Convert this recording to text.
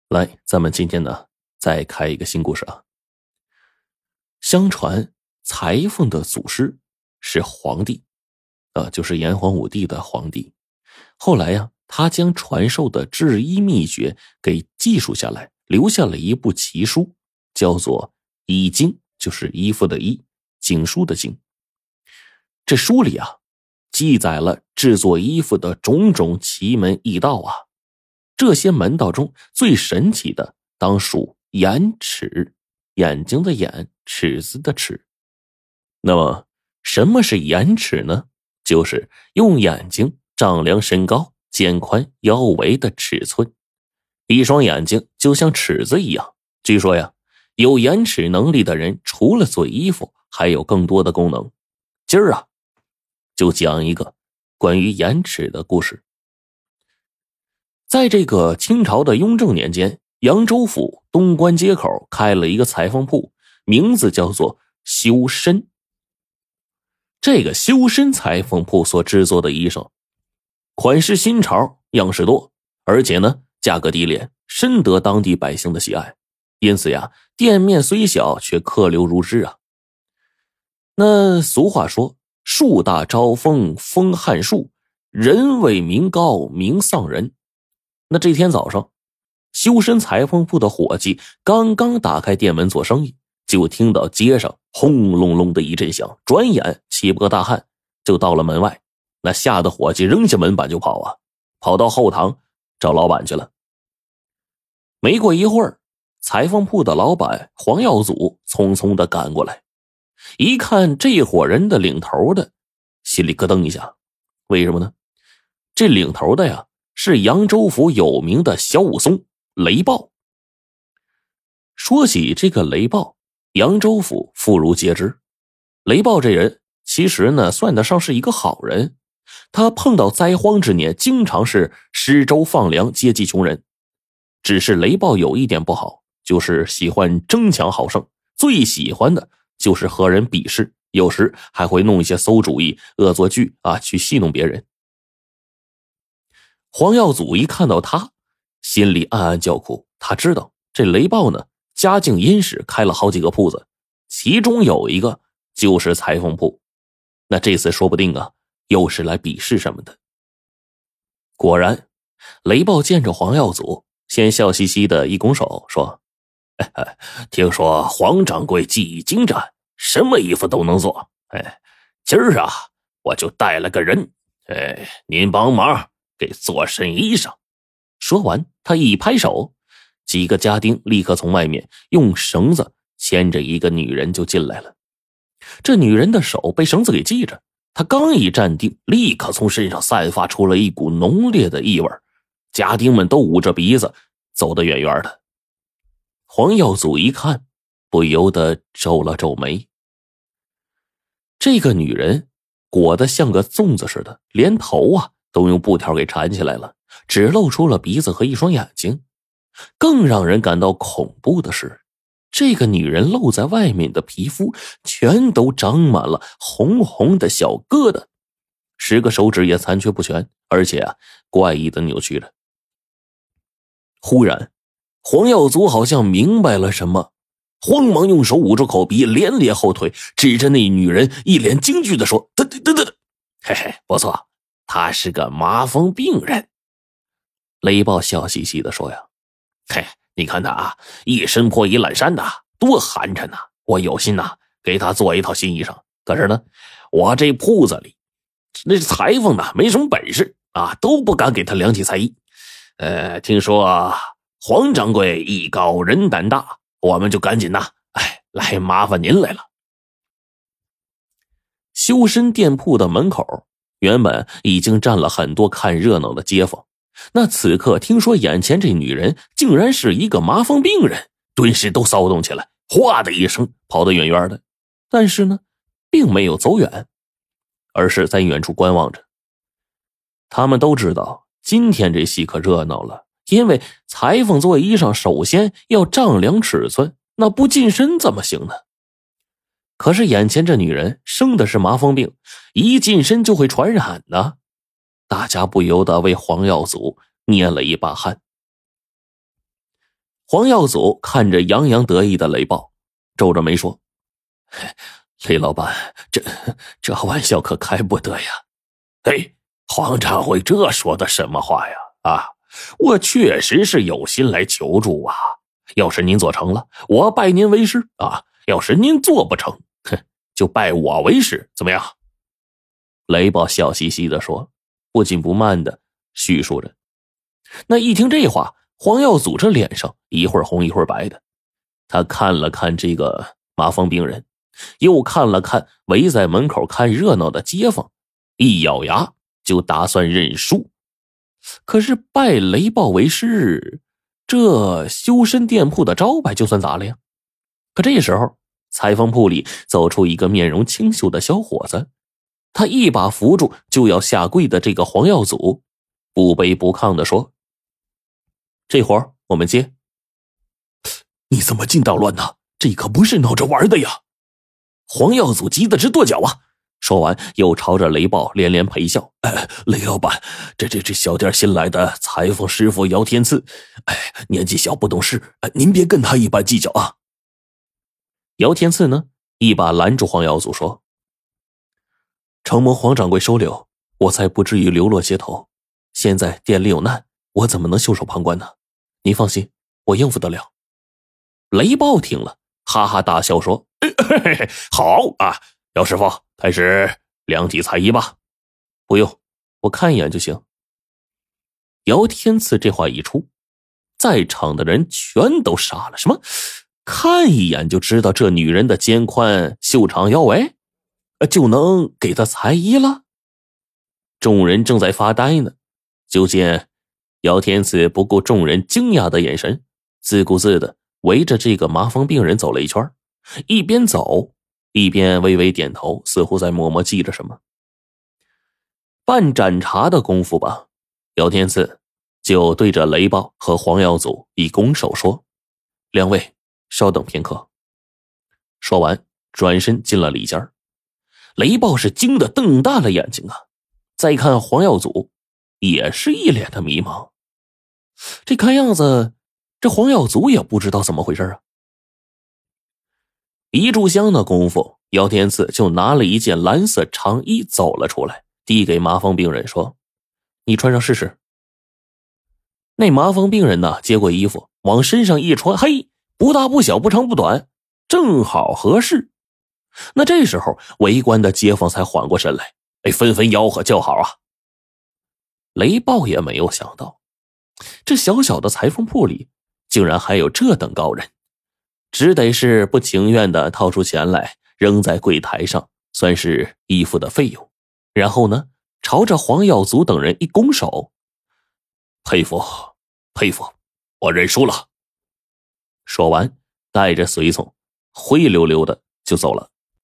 来，咱们今天呢，再开一个新故事啊。相传裁缝的祖师是皇帝，就是炎黄武帝的皇帝。后来呀，他将传授的制衣秘诀给记述下来，留下了一部奇书，叫做《衣经》，就是衣服的衣，经书的经。这书里啊，记载了制作衣服的种种奇门异道啊。这些门道中最神奇的当属眼尺，眼睛的眼，尺子的尺。那么什么是眼尺呢？就是用眼睛丈量身高、肩宽、腰围的尺寸。一双眼睛就像尺子一样，据说呀，有眼尺能力的人除了做衣服还有更多的功能。今儿啊，就讲一个关于眼尺的故事。在这个清朝的雍正年间，扬州府东关街口开了一个裁缝铺，名字叫做修身。这个修身裁缝铺所制作的衣裳，款式新潮，样式多，而且呢，价格低廉，深得当地百姓的喜爱。因此呀，店面虽小，却客流如织啊。那俗话说，树大招风，风撼树，人为名高，名丧人。那这天早上，修身裁缝铺的伙计刚刚打开店门做生意，就听到街上轰隆隆的一阵响，转眼7、8个大汉就到了门外。那吓得伙计扔下门板就跑啊，跑到后堂找老板去了。没过一会儿，裁缝铺的老板黄耀祖匆匆的赶过来，一看这伙人的领头的，心里咯噔一下。为什么呢？这领头的呀，是扬州府有名的小武松雷暴。说起这个雷暴，扬州府妇孺皆知。雷暴这人其实呢，算得上是一个好人。他碰到灾荒之年，经常是施粥放粮，接济穷人。只是雷暴有一点不好，就是喜欢争强好胜，最喜欢的就是和人比试，有时还会弄一些馊主意、恶作剧啊，去戏弄别人。黄耀祖一看到他，心里暗暗叫苦。他知道这雷暴呢，家境殷实，开了好几个铺子，其中有一个就是裁缝铺。那这次说不定啊，又是来比试什么的。果然，雷暴见着黄耀祖，先笑嘻嘻的一拱手说：听说黄掌柜技艺精湛，什么衣服都能做。今儿啊，我就带了个人，您帮忙给做身衣裳。说完，他一拍手，几个家丁立刻从外面用绳子牵着一个女人就进来了。这女人的手被绳子给系着，她刚一站定，立刻从身上散发出了一股浓烈的异味。家丁们都捂着鼻子走得远远的。黄耀祖一看，不由得皱了皱眉。这个女人裹得像个粽子似的，连头啊都用布条给缠起来了，只露出了鼻子和一双眼睛。更让人感到恐怖的是，这个女人露在外面的皮肤全都长满了红红的小疙瘩，10个手指也残缺不全，而且啊，怪异的扭曲着。忽然，黄耀祖好像明白了什么，慌忙用手捂住口鼻，连连后退，指着那女人，一脸惊惧地说：等，嘿嘿，不错，他是个麻风病人。雷暴笑嘻嘻地说呀：你看他啊，一身破衣烂衫的，多寒碜呐！我有心呐，给他做一套新衣裳。可是呢，我这铺子里那裁缝呢，没什么本事啊，都不敢给他量起裁衣。听说黄掌柜艺高人胆大，我们就赶紧呐，来麻烦您来了。修身店铺的门口，原本已经站了很多看热闹的街坊。那此刻听说眼前这女人竟然是一个麻风病人，顿时都骚动起来，哗的一声跑得远远的。但是呢，并没有走远，而是在远处观望着。他们都知道今天这戏可热闹了，因为裁缝做衣裳首先要丈量尺寸，那不近身怎么行呢？可是眼前这女人生的是麻风病，一近身就会传染呢。大家不由得为黄耀祖捏了一把汗。 黄耀祖看着洋洋得意的雷暴，皱着眉说：“雷老板，这玩笑可开不得呀！”“ 嘿，黄掌柜，这说的什么话呀？啊，我确实是有心来求助啊。要是您做成了，我拜您为师啊；要是您做不成，就拜我为师，怎么样？” 雷暴笑嘻嘻地说，不紧不慢地叙述着。那一听这话，黄耀祖这脸上一会儿红一会儿白的，他看了看这个麻风病人，又看了看围在门口看热闹的街坊，一咬牙就打算认输。可是拜雷暴为师，这修身店铺的招牌就算砸了呀。可这时候裁缝铺里走出一个面容清秀的小伙子，他一把扶住就要下跪的这个黄耀祖，不卑不亢地说：“这活儿我们接。”“ 你怎么劲道乱呢？这可不是闹着玩的呀！” 黄耀祖急得直跺脚啊！说完又朝着雷暴连连陪笑：“ 雷老板，这小店新来的裁缝师傅姚天赐，年纪小不懂事，您别跟他一般计较啊。” 姚天赐呢，一把拦住黄耀祖说：“承蒙黄掌柜收留，我才不至于流落街头。现在店里有难，我怎么能袖手旁观呢？您放心，我应付得了。”雷暴听了哈哈大笑说：“ 好啊，姚师傅，开始量体裁衣吧。”“ 不用，我看一眼就行。”姚天赐这话一出，在场的人全都傻了。什么？看一眼就知道这女人的肩宽袖长腰围，就能给她裁衣了？众人正在发呆呢，就见姚天赐不顾众人惊讶的眼神，自顾自的围着这个麻风病人走了一圈，一边走一边微微点头，似乎在默默记着什么。半盏茶的功夫吧，姚天赐就对着雷暴和黄耀祖一拱手说：“两位稍等片刻。”说完转身进了里间。雷暴是惊得瞪大了眼睛啊，再看黄耀祖也是一脸的迷茫。这看样子这黄耀祖也不知道怎么回事啊。一炷香的功夫，姚天赐就拿了一件蓝色长衣走了出来，递给麻风病人说：“你穿上试试。”那麻风病人呢，接过衣服往身上一穿，嘿，不大不小，不长不短，正好合适。那这时候围观的街坊才缓过神来，纷纷吆喝叫好啊。雷暴也没有想到，这小小的裁缝铺里竟然还有这等高人，只得是不情愿地掏出钱来扔在柜台上，算是衣服的费用。然后呢，朝着黄耀祖等人一拱手：“ 佩服佩服，我认输了。” 说完带着随从灰溜溜的就走了。